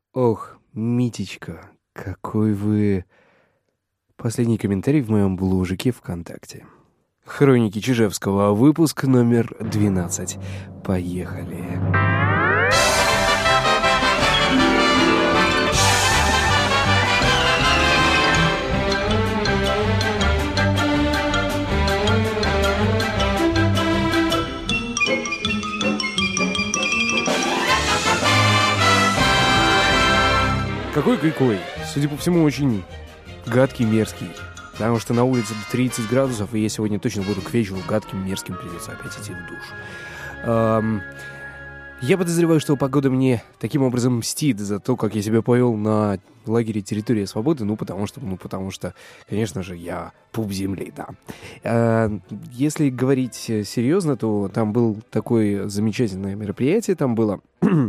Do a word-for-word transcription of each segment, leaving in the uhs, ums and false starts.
Ох, Митечка, какой вы... Последний комментарий в моем бложике ВКонтакте. Хроники Чижевского, выпуск номер двенадцать. Поехали. Какой-какой? Судя по всему, очень гадкий, мерзкий. Потому что на улице тридцать градусов, и я сегодня точно буду к вечеру гадким, мерзким, придется опять идти в душ. Эм, я подозреваю, что погода мне таким образом мстит за то, как я себя повел на лагере «Территория свободы», ну, потому что, ну, потому что, конечно же, я пуп земли, да. Э, если говорить серьезно, то там был такое замечательное мероприятие, там было...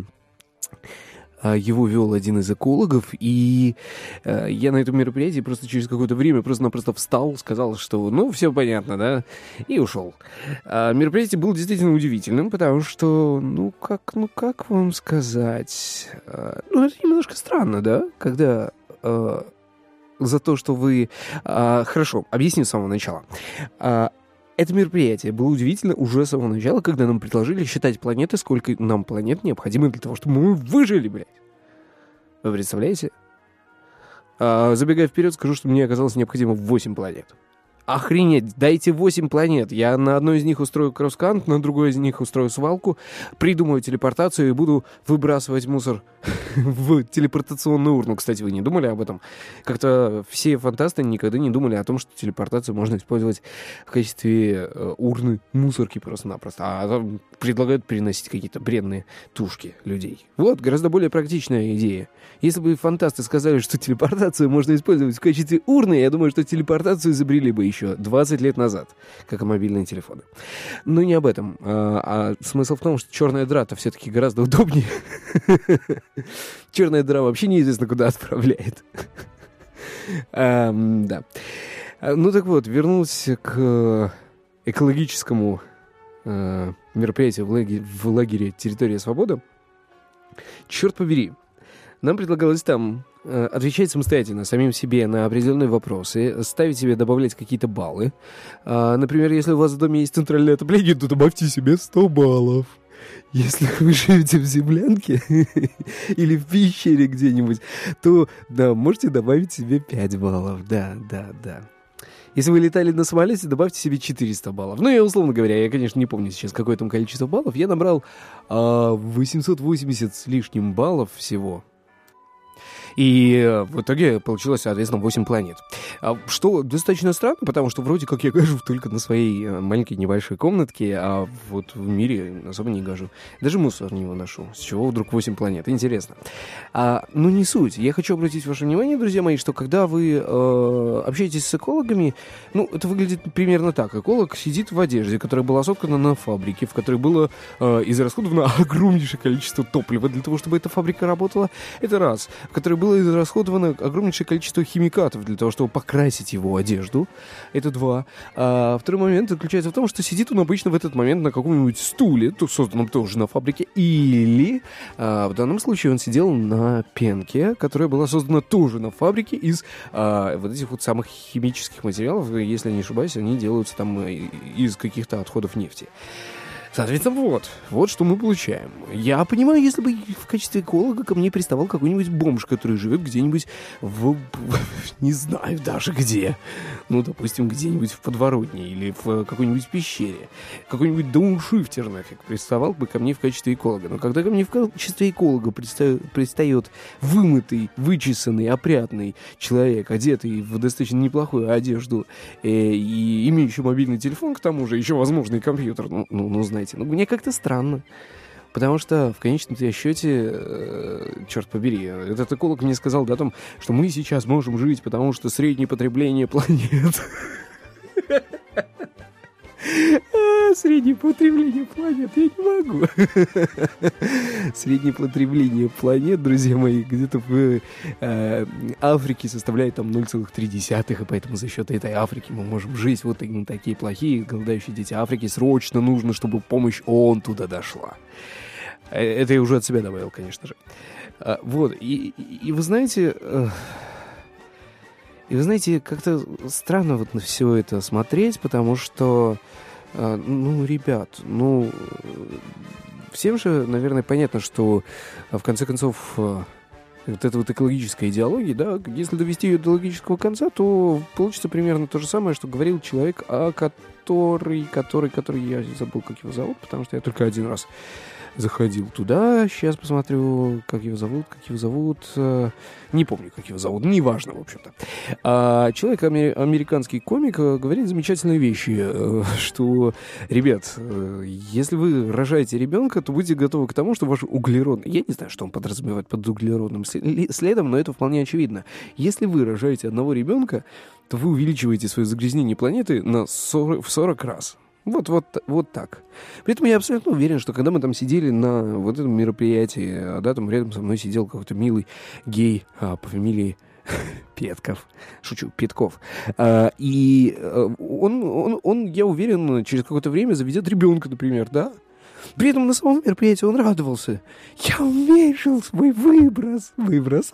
Его вел один из экологов, и э, я на этом мероприятии просто через какое-то время просто-напросто встал, сказал, что ну, все понятно, да, и ушел. А мероприятие было действительно удивительным, потому что, ну, как, ну, как вам сказать, э, ну, это немножко странно, да, когда... Э, за то, что вы... Э, хорошо, объясню с самого начала. Э, Это мероприятие было удивительно уже с самого начала, когда нам предложили считать планеты, сколько нам планет необходимо для того, чтобы мы выжили, блядь. Вы представляете? А, забегая вперед, скажу, что мне оказалось необходимо восемь планет. Охренеть, дайте восемь планет. Я на одной из них устрою кросс-кант, на другой из них устрою свалку, придумаю телепортацию и буду выбрасывать мусор в телепортационную урну. Кстати, вы не думали об этом? Как-то все фантасты никогда не думали о том, что телепортацию можно использовать в качестве э, урны мусорки просто-напросто. А там предлагают переносить какие-то бренные тушки людей. Вот, гораздо более практичная идея. Если бы фантасты сказали, что телепортацию можно использовать в качестве урны, я думаю, что телепортацию изобрели бы еще двадцать лет назад, как и мобильные телефоны. Но не об этом. А, а смысл в том, что черная дыра-то все-таки гораздо удобнее. Черная дыра вообще неизвестно куда отправляет. Да. Ну так вот, вернулся к экологическому мероприятию в лагере «Территория свободы». Черт побери. Нам предлагалось там э, отвечать самостоятельно самим себе на определенные вопросы, ставить себе, добавлять какие-то баллы. А, например, если у вас в доме есть центральное отопление, то добавьте себе сто баллов. Если вы живете в землянке или в пещере где-нибудь, то да, можете добавить себе пять баллов. Да, да, да. Если вы летали на самолете, добавьте себе четыреста баллов. Ну, я, условно говоря, я, конечно, не помню сейчас, какое там количество баллов. Я набрал э, восемьсот восемьдесят с лишним баллов всего. И в итоге получилось, соответственно, восемь планет. Что достаточно странно, потому что вроде как я гажу только на своей маленькой небольшой комнатке, а вот в мире особо не гажу. Даже мусор не выношу. С чего вдруг восемь планет? Интересно. А, ну, не суть. Я хочу обратить ваше внимание, друзья мои, что когда вы э, общаетесь с экологами, ну, это выглядит примерно так. Эколог сидит в одежде, которая была соткана на фабрике, в которой было э, израсходовано огромнейшее количество топлива для того, чтобы эта фабрика работала. Это раз. В которой было израсходовано огромнейшее количество химикатов для того, чтобы покрасить его одежду. Это два. А второй момент заключается в том, что сидит он обычно в этот момент на каком-нибудь стуле, созданном тоже на фабрике, или а, в данном случае он сидел на пенке, которая была создана тоже на фабрике из а, вот этих вот самых химических материалов. Если не ошибаюсь, они делаются там из каких-то отходов нефти. Соответственно, вот, вот что мы получаем. Я понимаю, если бы в качестве эколога ко мне приставал какой-нибудь бомж, который живет где-нибудь в... не знаю даже где. Ну, допустим, где-нибудь в подворотне или в какой-нибудь пещере. Какой-нибудь дауншифтер нафиг приставал бы ко мне в качестве эколога. Но когда ко мне в качестве эколога предстает, предстает вымытый, вычесанный, опрятный человек, одетый в достаточно неплохую одежду э, и имеющий мобильный телефон, к тому же, еще, возможно, и компьютер, ну, ну, ну знаете, ну, мне как-то странно. Потому что в конечном-то счете, э, черт побери, этот эколог мне сказал о том, что мы сейчас можем жить, потому что среднее потребление планет... Среднее потребление планет, я не могу. Среднее потребление планет, друзья мои, где-то в э, Африке составляет там ноль целых три десятых, и поэтому за счет этой Африки мы можем жить. Вот именно такие плохие, голодающие дети Африки. Срочно нужно, чтобы помощь ООН туда дошла. Это я уже от себя добавил, конечно же. А, вот, и, и, и вы знаете... Э, и вы знаете, как-то странно вот на все это смотреть, потому что, э, ну, ребят, ну... Всем же, наверное, понятно, что, в конце концов... Э, вот эта вот экологическая идеология, да, если довести ее до логического конца, то получится примерно то же самое, что говорил человек, а который, который, который, я забыл, как его зовут, потому что я только один раз заходил туда, сейчас посмотрю, как его зовут, как его зовут, э, не помню, как его зовут, неважно, в общем-то. А человек, амер- американский комик, э, говорит замечательные вещи, э, что, ребят, э, если вы рожаете ребенка, то будьте готовы к тому, что ваш углеродный, я не знаю, что он подразумевает под углеродным следом, но это вполне очевидно. Если вы рожаете одного ребенка, то вы увеличиваете свое загрязнение планеты на сорок, в сорок раз. Вот, вот, вот так. При этом я абсолютно уверен, что когда мы там сидели на вот этом мероприятии, да, там рядом со мной сидел какой-то милый гей а, по фамилии Петков. Шучу, Петков. А, и он, он, он, я уверен, через какое-то время заведет ребенка, например, да? При этом на самом мероприятии он радовался. Я уменьшил свой выброс. Выброс.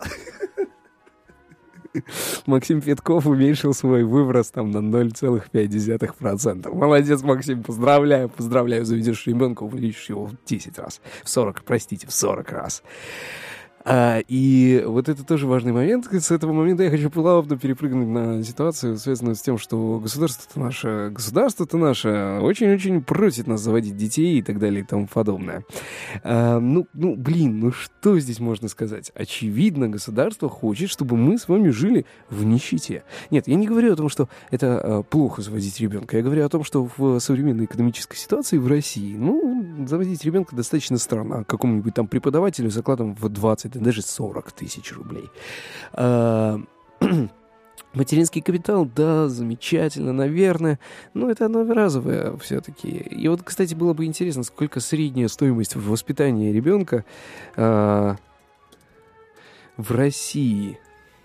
Максим Петков уменьшил свой выброс там на ноль целых пять десятых процента. Молодец, Максим, поздравляю, поздравляю. Заведешь ребенка, увеличишь его в десять раз. В сорок, простите, в сорок раз. А, и вот это тоже важный момент. С этого момента я хочу плавно перепрыгнуть на ситуацию, связанную с тем, что государство-то наше, государство-то наше очень-очень просит нас заводить детей и так далее и тому подобное. А, ну, ну, блин, ну что здесь можно сказать? Очевидно, государство хочет, чтобы мы с вами жили в нищете. Нет, я не говорю о том, что это а, плохо заводить ребенка. Я говорю о том, что в современной экономической ситуации в России, ну, заводить ребенка достаточно странно. А какому-нибудь там преподавателю с окладом в двадцать, даже сорок тысяч рублей. А, материнский капитал, да, замечательно, наверное, но это одноразовое все-таки. И вот, кстати, было бы интересно, сколько средняя стоимость воспитания ребенка а, в России.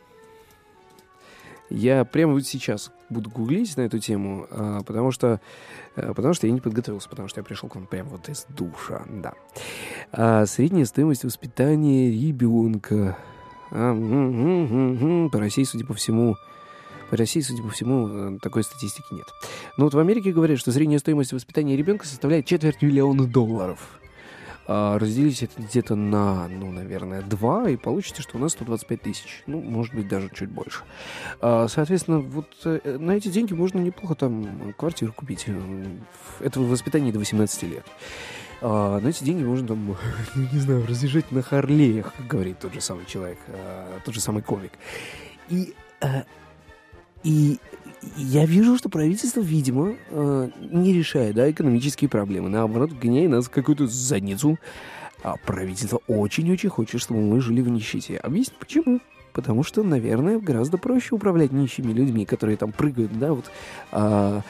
Я прямо вот сейчас буду гуглить на эту тему, а, потому что, а, потому что я не подготовился, потому что я пришел к вам прямо вот из душа, да. А, средняя стоимость воспитания ребенка. А, м-м-м-м-м. По России, судя по всему, по России, судя по всему, такой статистики нет. Но вот в Америке говорят, что средняя стоимость воспитания ребенка составляет четверть миллиона долларов. А, разделите это где-то на, ну, наверное, два, и получите, что у нас сто двадцать пять тысяч. Ну, может быть, даже чуть больше. А, соответственно, вот э, на эти деньги можно неплохо там квартиру купить. Это в воспитании до восемнадцати лет. А, на эти деньги можно там, ну, не знаю, разъезжать на Харлеях, как говорит тот же самый человек, а, тот же самый комик. И... А, и я вижу, что правительство, видимо, э, не решает, да, экономические проблемы. Наоборот, гоняет нас в какую-то задницу. А правительство очень-очень хочет, чтобы мы жили в нищете. Объясню, почему. Потому что, наверное, гораздо проще управлять нищими людьми, которые там прыгают, да, вот... А...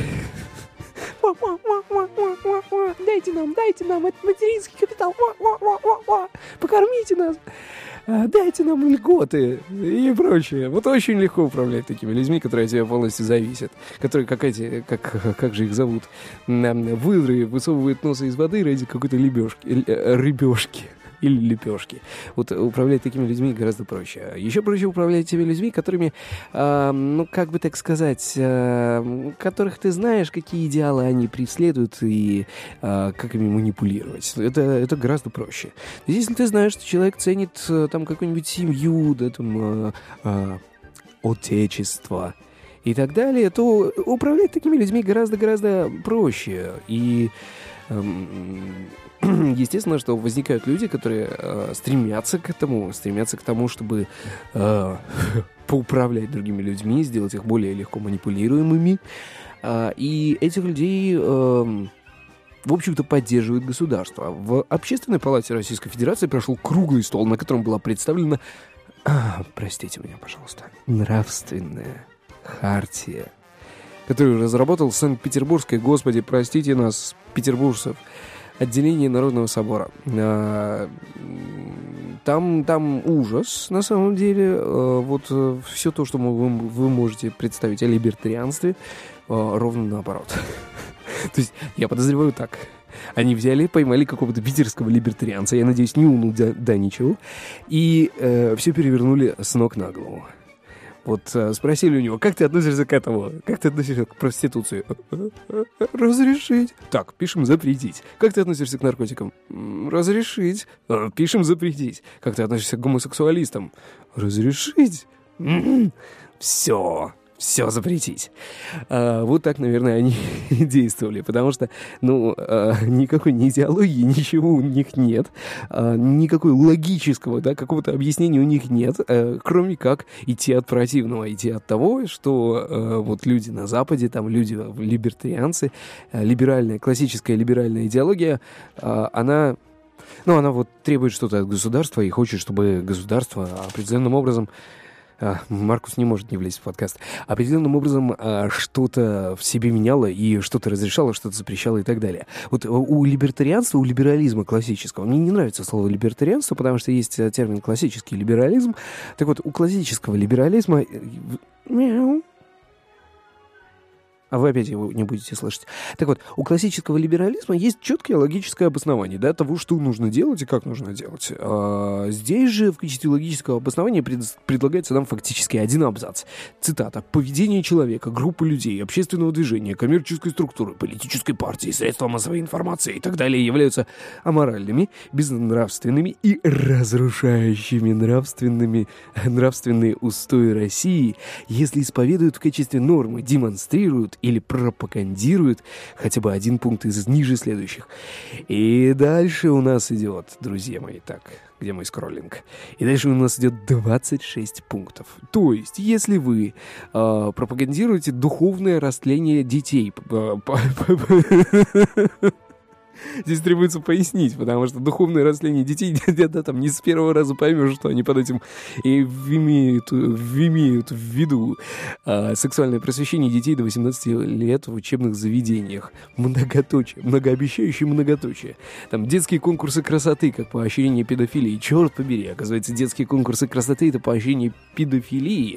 Дайте нам, дайте нам этот материнский капитал. Покормите нас. Дайте нам льготы и прочее. Вот очень легко управлять такими людьми, которые от тебя полностью зависят. Которые, как эти, как, как же их зовут, выдры высовывают носы из воды ради какой-то лебешки, рыбешки. Или лепешки. Вот управлять такими людьми гораздо проще. Еще проще управлять теми людьми, которыми, э, ну, как бы так сказать, э, которых ты знаешь, какие идеалы они преследуют и э, как ими манипулировать. Это, это гораздо проще. Если ты знаешь, что человек ценит э, там какую-нибудь семью, да, там, э, э, отечество и так далее, то управлять такими людьми гораздо-гораздо проще. И... Э, естественно, что возникают люди, которые э, стремятся к этому, стремятся к тому, чтобы э, поуправлять другими людьми, сделать их более легко манипулируемыми. Э, и этих людей, э, в общем-то, поддерживает государство. В Общественной палате Российской Федерации прошел круглый стол, на котором была представлена, а, простите меня, пожалуйста, нравственная хартия, которую разработал Санкт-Петербургское, господи, простите нас, петербуржцев, отделение Народного собора. Там, там ужас, на самом деле. Вот все то, что вы, вы можете представить о либертарианстве, ровно наоборот. То есть, я подозреваю так. Они взяли, поймали какого-то питерского либертарианца, я надеюсь, не Уну Даничеву, и э, все перевернули с ног на голову. Вот э, спросили у него, как ты относишься к этому? Как ты относишься к проституции? Разрешить. Так, пишем запретить. Как ты относишься к наркотикам? Разрешить. Пишем запретить. Как ты относишься к гомосексуалистам? Разрешить. Все. Все запретить. А, вот так, наверное, они действовали, потому что, ну, а, никакой ни идеологии, ничего у них нет, а, никакой логического, да, какого-то объяснения у них нет, а, кроме как идти от противного, идти от того, что а, вот люди на Западе, там люди либертарианцы, а, либеральная, классическая либеральная идеология, а, она, ну, она вот требует что-то от государства и хочет, чтобы государство определенным образом... Маркус не может не влезть в подкаст. Определенным образом а, что-то в себе меняло и что-то разрешало, что-то запрещало и так далее. Вот у либертарианства, у либерализма классического, мне не нравится слово либертарианство, потому что есть термин классический либерализм. Так вот, у классического либерализма... Мяу. А вы опять его не будете слышать. Так вот, у классического либерализма есть четкое логическое обоснование, да, того, что нужно делать и как нужно делать. А здесь же в качестве логического обоснования пред, предлагается нам фактически один абзац. Цитата. «Поведение человека, группы людей, общественного движения, коммерческой структуры, политической партии, средства массовой информации и так далее являются аморальными, безнравственными и разрушающими нравственными, нравственные устои России, если исповедуют в качестве нормы, демонстрируют или пропагандирует хотя бы один пункт из ниже следующих». И дальше у нас идет, друзья мои, так, где мой скроллинг? И дальше у нас идет двадцать шесть пунктов. То есть, если вы э, пропагандируете духовное растление детей... Здесь требуется пояснить, потому что духовное растление детей, да, там не с первого раза поймешь, что они под этим и имеют, имеют в виду а, сексуальное просвещение детей до восемнадцати лет в учебных заведениях. Многоточие, многообещающее многоточие. Там детские конкурсы красоты, как поощрение педофилии. Черт побери, оказывается, детские конкурсы красоты — это поощрение педофилии.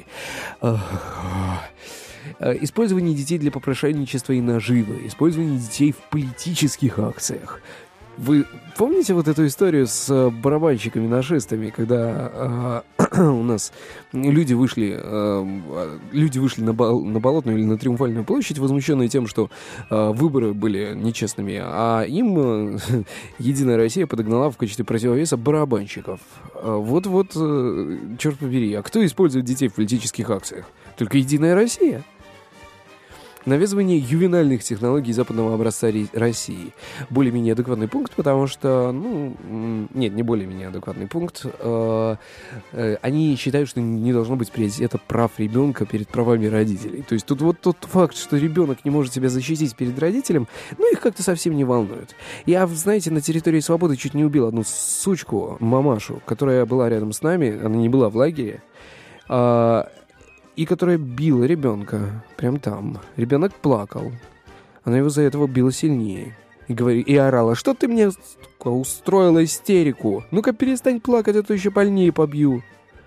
Использование детей для попрошайничества и наживы, использование детей в политических акциях. Вы помните вот эту историю с барабанщиками-нашистами, когда э, у нас люди вышли, э, люди вышли на, бол- на Болотную или на Триумфальную площадь, возмущенные тем, что э, выборы были нечестными, а им э, Единая Россия подогнала в качестве противовеса барабанщиков. Вот-вот, э, черт побери, а кто использует детей в политических акциях? Только Единая Россия. Навязывание ювенальных технологий западного образца России. Более-менее адекватный пункт, потому что, ну, нет, не более-менее адекватный пункт. Они считают, что не должно быть приоритета прав ребенка перед правами родителей. То есть тут вот тот факт, что ребенок не может себя защитить перед родителем, ну, их как-то совсем не волнует. Я, знаете, на территории Свободы чуть не убил одну сучку, мамашу, которая была рядом с нами, она не была в лагере, и которая била ребенка прям там. Ребенок плакал. Она его за этого била сильнее. И, говори, и орала: что ты мне устроила истерику? Ну-ка перестань плакать, а то еще больнее побью.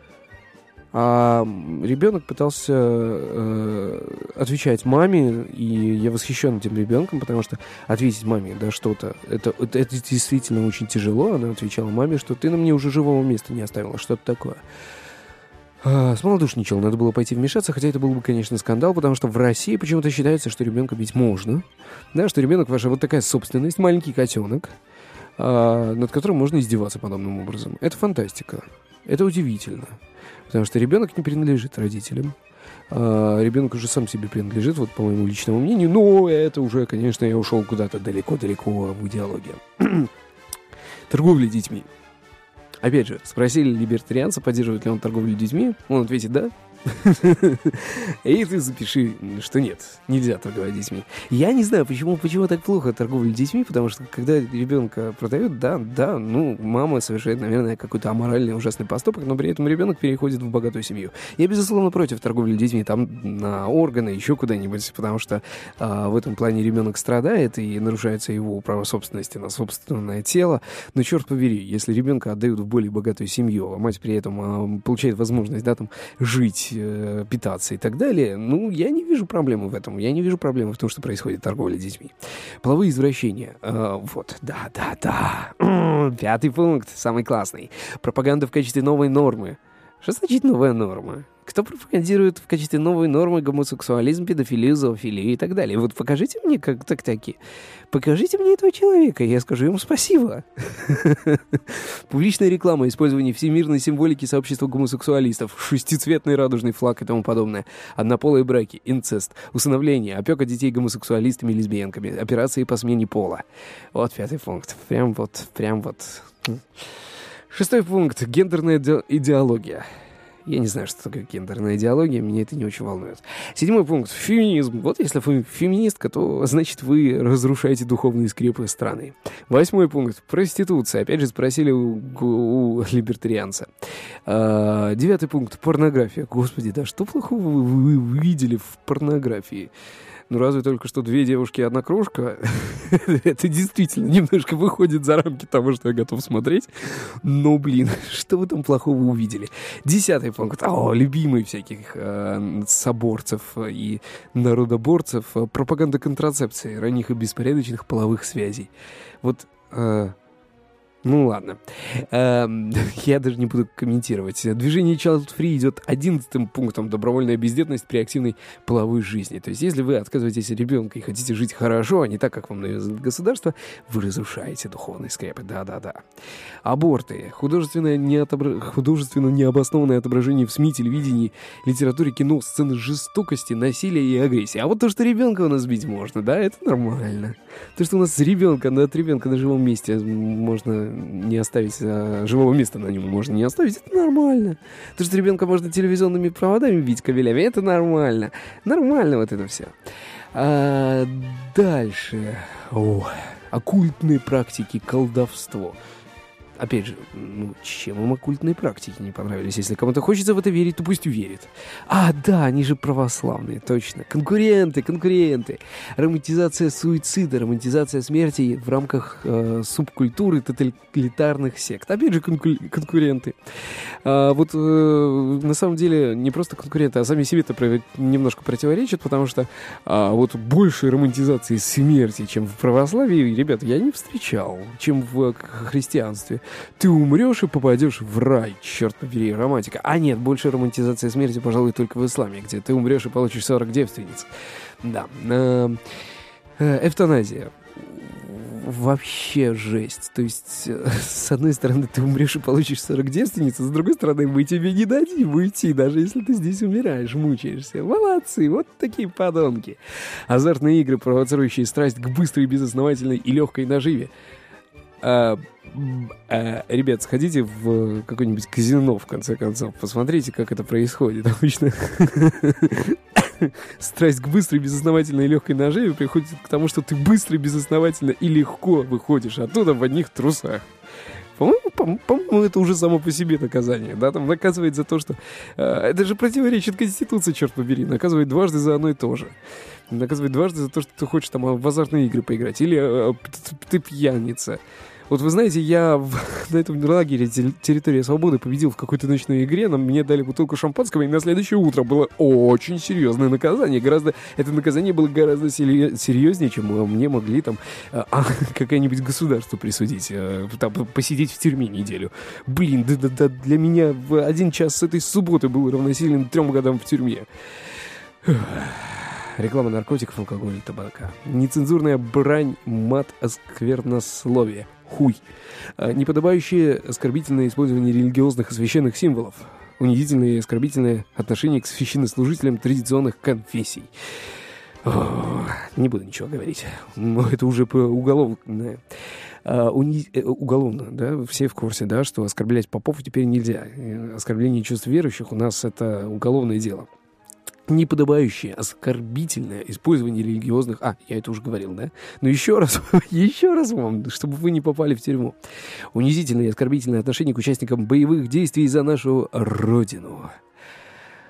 А ребенок пытался э, отвечать маме, и я восхищен этим ребенком, потому что ответить маме, да, что-то, это, это, это действительно очень тяжело. Она отвечала маме, что ты на мне уже живого места не оставила, что-то такое. Смолодушничал, надо было пойти вмешаться, хотя это был бы, конечно, скандал, потому что в России почему-то считается, что ребенка бить можно, да, что ребенок ваша вот такая собственность, маленький котенок, а, над которым можно издеваться подобным образом. Это фантастика, это удивительно, потому что ребенок не принадлежит родителям, а, ребенок уже сам себе принадлежит, вот по моему личному мнению, но это уже, конечно, я ушел куда-то далеко-далеко в идеологию. Торговля детьми. Опять же, спросили либертарианца, поддерживает ли он торговлю детьми. Он ответит «да». И ты запиши, что нет, нельзя торговать детьми. Я не знаю, почему, почему так плохо торговля детьми, потому что когда ребенка продают, да, да, ну, мама совершает, наверное, какой-то аморальный, ужасный поступок, но при этом ребенок переходит в богатую семью. Я, безусловно, против торговли детьми, там, на органы, еще куда-нибудь, потому что а, в этом плане ребенок страдает и нарушается его право собственности на собственное тело. Но, черт побери, если ребенка отдают в более богатую семью, а мать при этом а, получает возможность, да, там, жить жить, э, питаться и так далее, ну, я не вижу проблемы в этом. Я не вижу проблемы в том, что происходит торговля детьми. Половые извращения. Э, вот, да-да-да. Пятый пункт, самый классный. Пропаганда в качестве новой нормы. Что значит новая норма? Кто пропагандирует в качестве новой нормы гомосексуализм, педофилию, зоофилию и так далее? Вот покажите мне, как так таки. Покажите мне этого человека, я скажу ему спасибо. Публичная реклама, использование всемирной символики сообщества гомосексуалистов, шестицветный радужный флаг и тому подобное, однополые браки, инцест, усыновление, опека детей гомосексуалистами и лесбиянками, операции по смене пола. Вот пятый пункт. Прям вот, прям вот. Шестой пункт. Гендерная идеология. Я не знаю, что такое гендерная идеология, меня это не очень волнует. Седьмой пункт. Феминизм. Вот если вы феминистка, то, значит, вы разрушаете духовные скрепы страны. Восьмой пункт. Проституция. Опять же, спросили у, у либертарианца. А, девятый пункт. Порнография. Господи, да что плохого вы, вы, вы видели в порнографии? Ну, разве только что две девушки и одна кружка. Это действительно немножко выходит за рамки того, что я готов смотреть. Но, блин, что вы там плохого увидели? Десятый пункт. О, любимый всяких э, соборцев и народоборцев. Пропаганда контрацепции, ранних и беспорядочных половых связей. Вот... Э, Ну ладно, эм, я даже не буду комментировать. Движение Child Free идет одиннадцатым пунктом: добровольная бездетность при активной половой жизни. То есть, если вы отказываетесь от ребенка и хотите жить хорошо, а не так, как вам навязывает государство, вы разрушаете духовные скрепы. Да-да-да. Аборты. Художественное неотобра... Художественно необоснованное отображение в СМИ, телевидении, литературе, кино, сцены жестокости, насилия и агрессии. А вот то, что ребенка у нас бить можно, да, это нормально. То, что у нас ребенка, от ребенка на живом месте можно не оставить, а живого места на нем можно не оставить, это нормально. То, что ребенка можно телевизионными проводами бить кабелями, это нормально. Нормально вот это все. А дальше. О, оккультные практики, колдовство. Опять же, ну, чем им оккультные практики не понравились? Если кому-то хочется в это верить, то пусть верит. А, да, они же православные, точно. Конкуренты, конкуренты. Романтизация суицида, романтизация смерти в рамках э, субкультуры тоталитарных сект. Опять же, конку- конкуренты. А, вот э, на самом деле не просто конкуренты, а сами себе-то немножко противоречат, потому что а, вот больше романтизации смерти, чем в православии, ребята, я не встречал, чем в христианстве. Ты умрешь и попадешь в рай, черт побери, романтика. А нет, больше романтизация смерти, пожалуй, только в исламе, где ты умрешь и получишь сорок девственниц. Да. Эвтаназия. Вообще жесть. То есть, с одной стороны, ты умрешь и получишь сорок девственниц, а с другой стороны, мы тебе не дадим уйти, даже если ты здесь умираешь, мучаешься. Молодцы, вот такие подонки. Азартные игры, провоцирующие страсть к быстрой, безосновательной и легкой наживе. А, а, ребят, сходите в какое-нибудь казино, в конце концов. Посмотрите, как это происходит. Обычно страсть к быстрой, безосновательной и легкой наживе приходит к тому, что ты быстро, безосновательно и легко выходишь оттуда в одних трусах. По-моему, по- по-моему, это уже само по себе наказание. Да? Там наказывает за то, что... Э, это же противоречит Конституции, черт побери. Наказывает дважды за одно и то же. Наказывает дважды за то, что ты хочешь там в азартные игры поиграть. Или э, ты пьяница. Вот вы знаете, я в, на этом лагере «Территория свободы» победил в какой-то ночной игре, нам мне дали бутылку шампанского, и на следующее утро было очень серьезное наказание. Гораздо, это наказание было гораздо серьезнее, чем мне могли там а, какое-нибудь государство присудить, там, посидеть в тюрьме неделю. Блин, да, да, да, для меня в один час с этой субботы был равносилен трем годам в тюрьме. Реклама наркотиков, алкоголя и табака. Нецензурная брань, мат, осквернословие. Хуй. Неподобающее оскорбительное использование религиозных и священных символов. Унизительное и оскорбительное отношение к священнослужителям традиционных конфессий. О, не буду ничего говорить. Это уже уголовное. Uh, уни... уголовно, да, все в курсе, да, что оскорблять попов теперь нельзя. Оскорбление чувств верующих у нас это уголовное дело. Неподобающее, оскорбительное использование религиозных... А, я это уже говорил, да? Но еще раз, еще раз вам, чтобы вы не попали в тюрьму. Унизительное и оскорбительное отношение к участникам боевых действий за нашу Родину.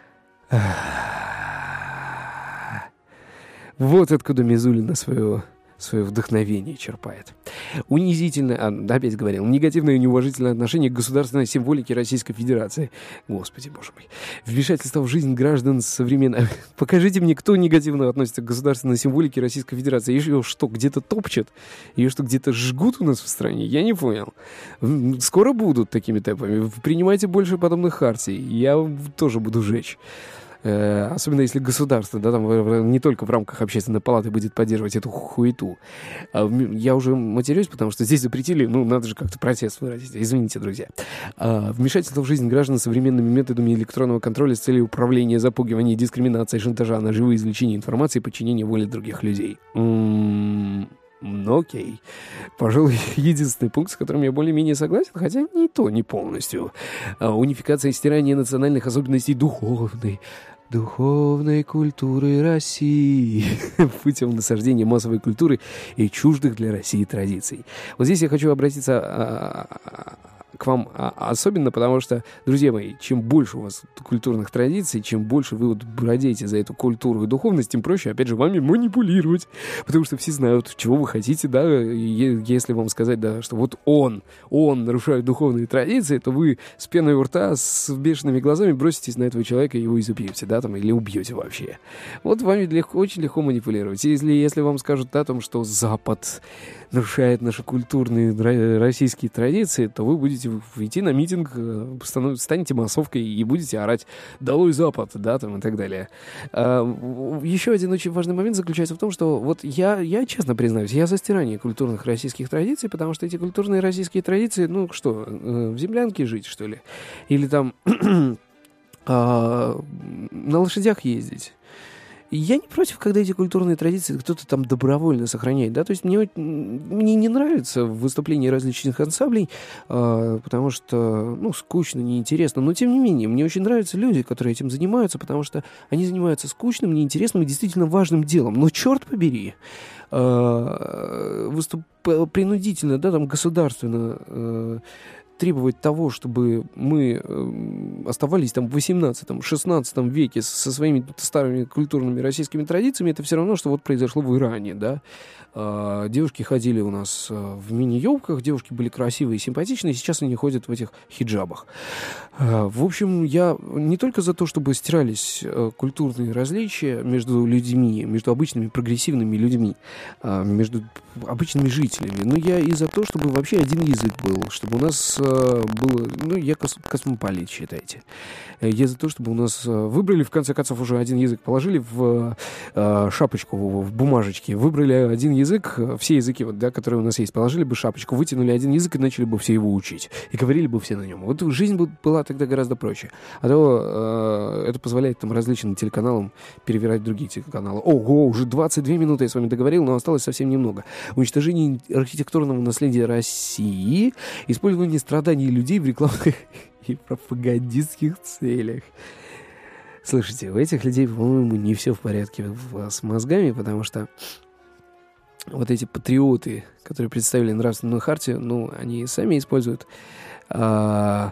Вот откуда Мизулина свою свое вдохновение черпает. Унизительное, а, опять говорил, негативное и неуважительное отношение к государственной символике Российской Федерации. Господи, боже мой. Вмешательство в жизнь граждан современной... Покажите мне, кто негативно относится к государственной символике Российской Федерации. Ее что, где-то топчат? Ее что, где-то жгут у нас в стране? Я не понял. Скоро будут такими темпами. Принимайте больше подобных хартий. Я тоже буду жечь. Особенно если государство, да, там не только в рамках общественной палаты будет поддерживать эту хуету. Я уже матерюсь, потому что здесь запретили, ну, надо же как-то протест выразить. Извините, друзья. Вмешательство в жизнь граждан современными методами электронного контроля с целью управления, запугивания, дискриминации, шантажа, наживы, извлечения информации и подчинения воле других людей. М-м- Ну, окей. Пожалуй, единственный пункт, с которым я более-менее согласен, хотя не то, не полностью. А, унификация и стирание национальных особенностей духовной, духовной культуры России путем насаждения массовой культуры и чуждых для России традиций. Вот здесь я хочу обратиться а, а, к вам а, особенно, потому что, друзья мои, чем больше у вас культурных традиций, чем больше вы вот бродите за эту культуру и духовность, тем проще, опять же, вами манипулировать, потому что все знают, чего вы хотите, да, и если вам сказать, да, что вот он, он нарушает духовные традиции, то вы с пеной у рта, с бешеными глазами броситесь на этого человека и его изубьете, да, там, или убьете вообще. Вот вами легко, очень легко манипулировать. Если, если вам скажут о том, что Запад нарушает наши культурные российские традиции, то вы будете идти на митинг, станете массовкой и будете орать «Долой Запад», да, там и так далее. А, еще один очень важный момент заключается в том, что вот я, я честно признаюсь, я за стирание культурных российских традиций, потому что эти культурные российские традиции, ну что, в землянке жить, что ли? Или там а, на лошадях ездить? Я не против, когда эти культурные традиции кто-то там добровольно сохраняет, да, то есть мне, мне не нравится выступление различных ансамблей, э, потому что, ну, скучно, неинтересно, но тем не менее, мне очень нравятся люди, которые этим занимаются, потому что они занимаются скучным, неинтересным и действительно важным делом, но черт побери, э, выступ... принудительно, да, там, государственно э, требовать того, чтобы мы э, оставались там в восемнадцатом-шестнадцатом веке со своими старыми культурными российскими традициями, это все равно, что вот произошло в Иране, да. Э, девушки ходили у нас э, в мини-юбках, девушки были красивые и симпатичные, сейчас они ходят в этих хиджабах. Э, в общем, я не только за то, чтобы стирались э, культурные различия между людьми, между обычными прогрессивными людьми, э, между обычными жителями, но я и за то, чтобы вообще один язык был, чтобы у нас было, ну, я кос- космополит, считайте. Я за то, чтобы у нас выбрали, в конце концов, уже один язык, положили в э, шапочку, в бумажечке, выбрали один язык, все языки, вот, да, которые у нас есть, положили бы шапочку, вытянули один язык и начали бы все его учить. И говорили бы все на нем. Вот жизнь бы была тогда гораздо проще. А то э, это позволяет там различным телеканалам перевирать другие телеканалы. Ого, уже двадцать две минуты я с вами договорил, но осталось совсем немного. Уничтожение архитектурного наследия России, использование страданий людей в рекламных и пропагандистских целях. Слушайте, у этих людей, по-моему, не все в порядке с мозгами, потому что вот эти патриоты, которые представили нравственную хартию, ну, они сами используют а,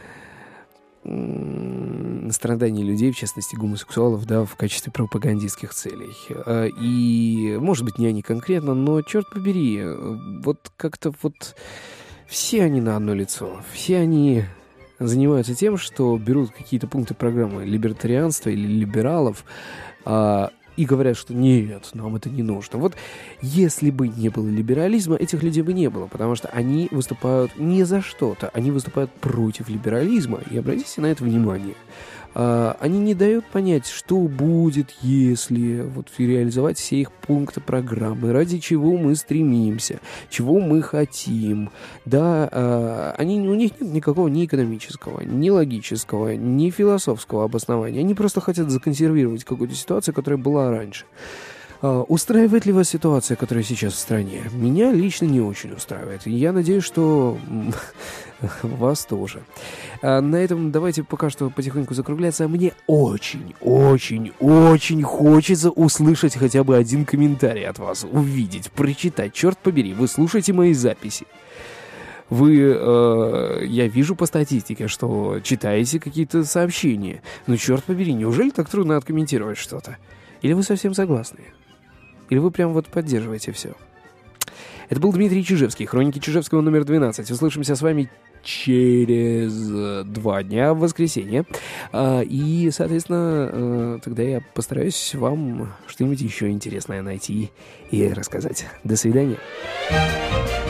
м- страдания людей, в частности, гомосексуалов, да, в качестве пропагандистских целей. А, и, может быть, не они конкретно, но, черт побери, вот как-то вот все они на одно лицо, все они занимаются тем, что берут какие-то пункты программы либертарианства или либералов а, и говорят, что нет, нам это не нужно. Вот если бы не было либерализма, этих людей бы не было, потому что они выступают не за что-то, они выступают против либерализма, и обратите на это внимание. А, они не дают понять, что будет, если вот реализовать все их пункты программы, ради чего мы стремимся, чего мы хотим. Да, а, они, у них нет никакого ни экономического, ни логического, ни философского обоснования. Они просто хотят законсервировать какую-то ситуацию, которая была раньше. А, устраивает ли вас ситуация, которая сейчас в стране? Меня лично не очень устраивает. Я надеюсь, что вас тоже. А на этом давайте пока что потихоньку закругляться. Мне очень, очень, очень хочется услышать хотя бы один комментарий от вас, увидеть, прочитать. Черт побери, вы слушаете мои записи. Вы, э, я вижу по статистике, что читаете какие-то сообщения. Ну, черт побери, неужели так трудно откомментировать что-то? Или вы совсем согласны? Или вы прям вот поддерживаете все? Это был Дмитрий Чижевский, «Хроники Чижевского» номер двенадцать. Услышимся с вами через два дня в воскресенье. И, соответственно, тогда я постараюсь вам что-нибудь еще интересное найти и рассказать. До свидания.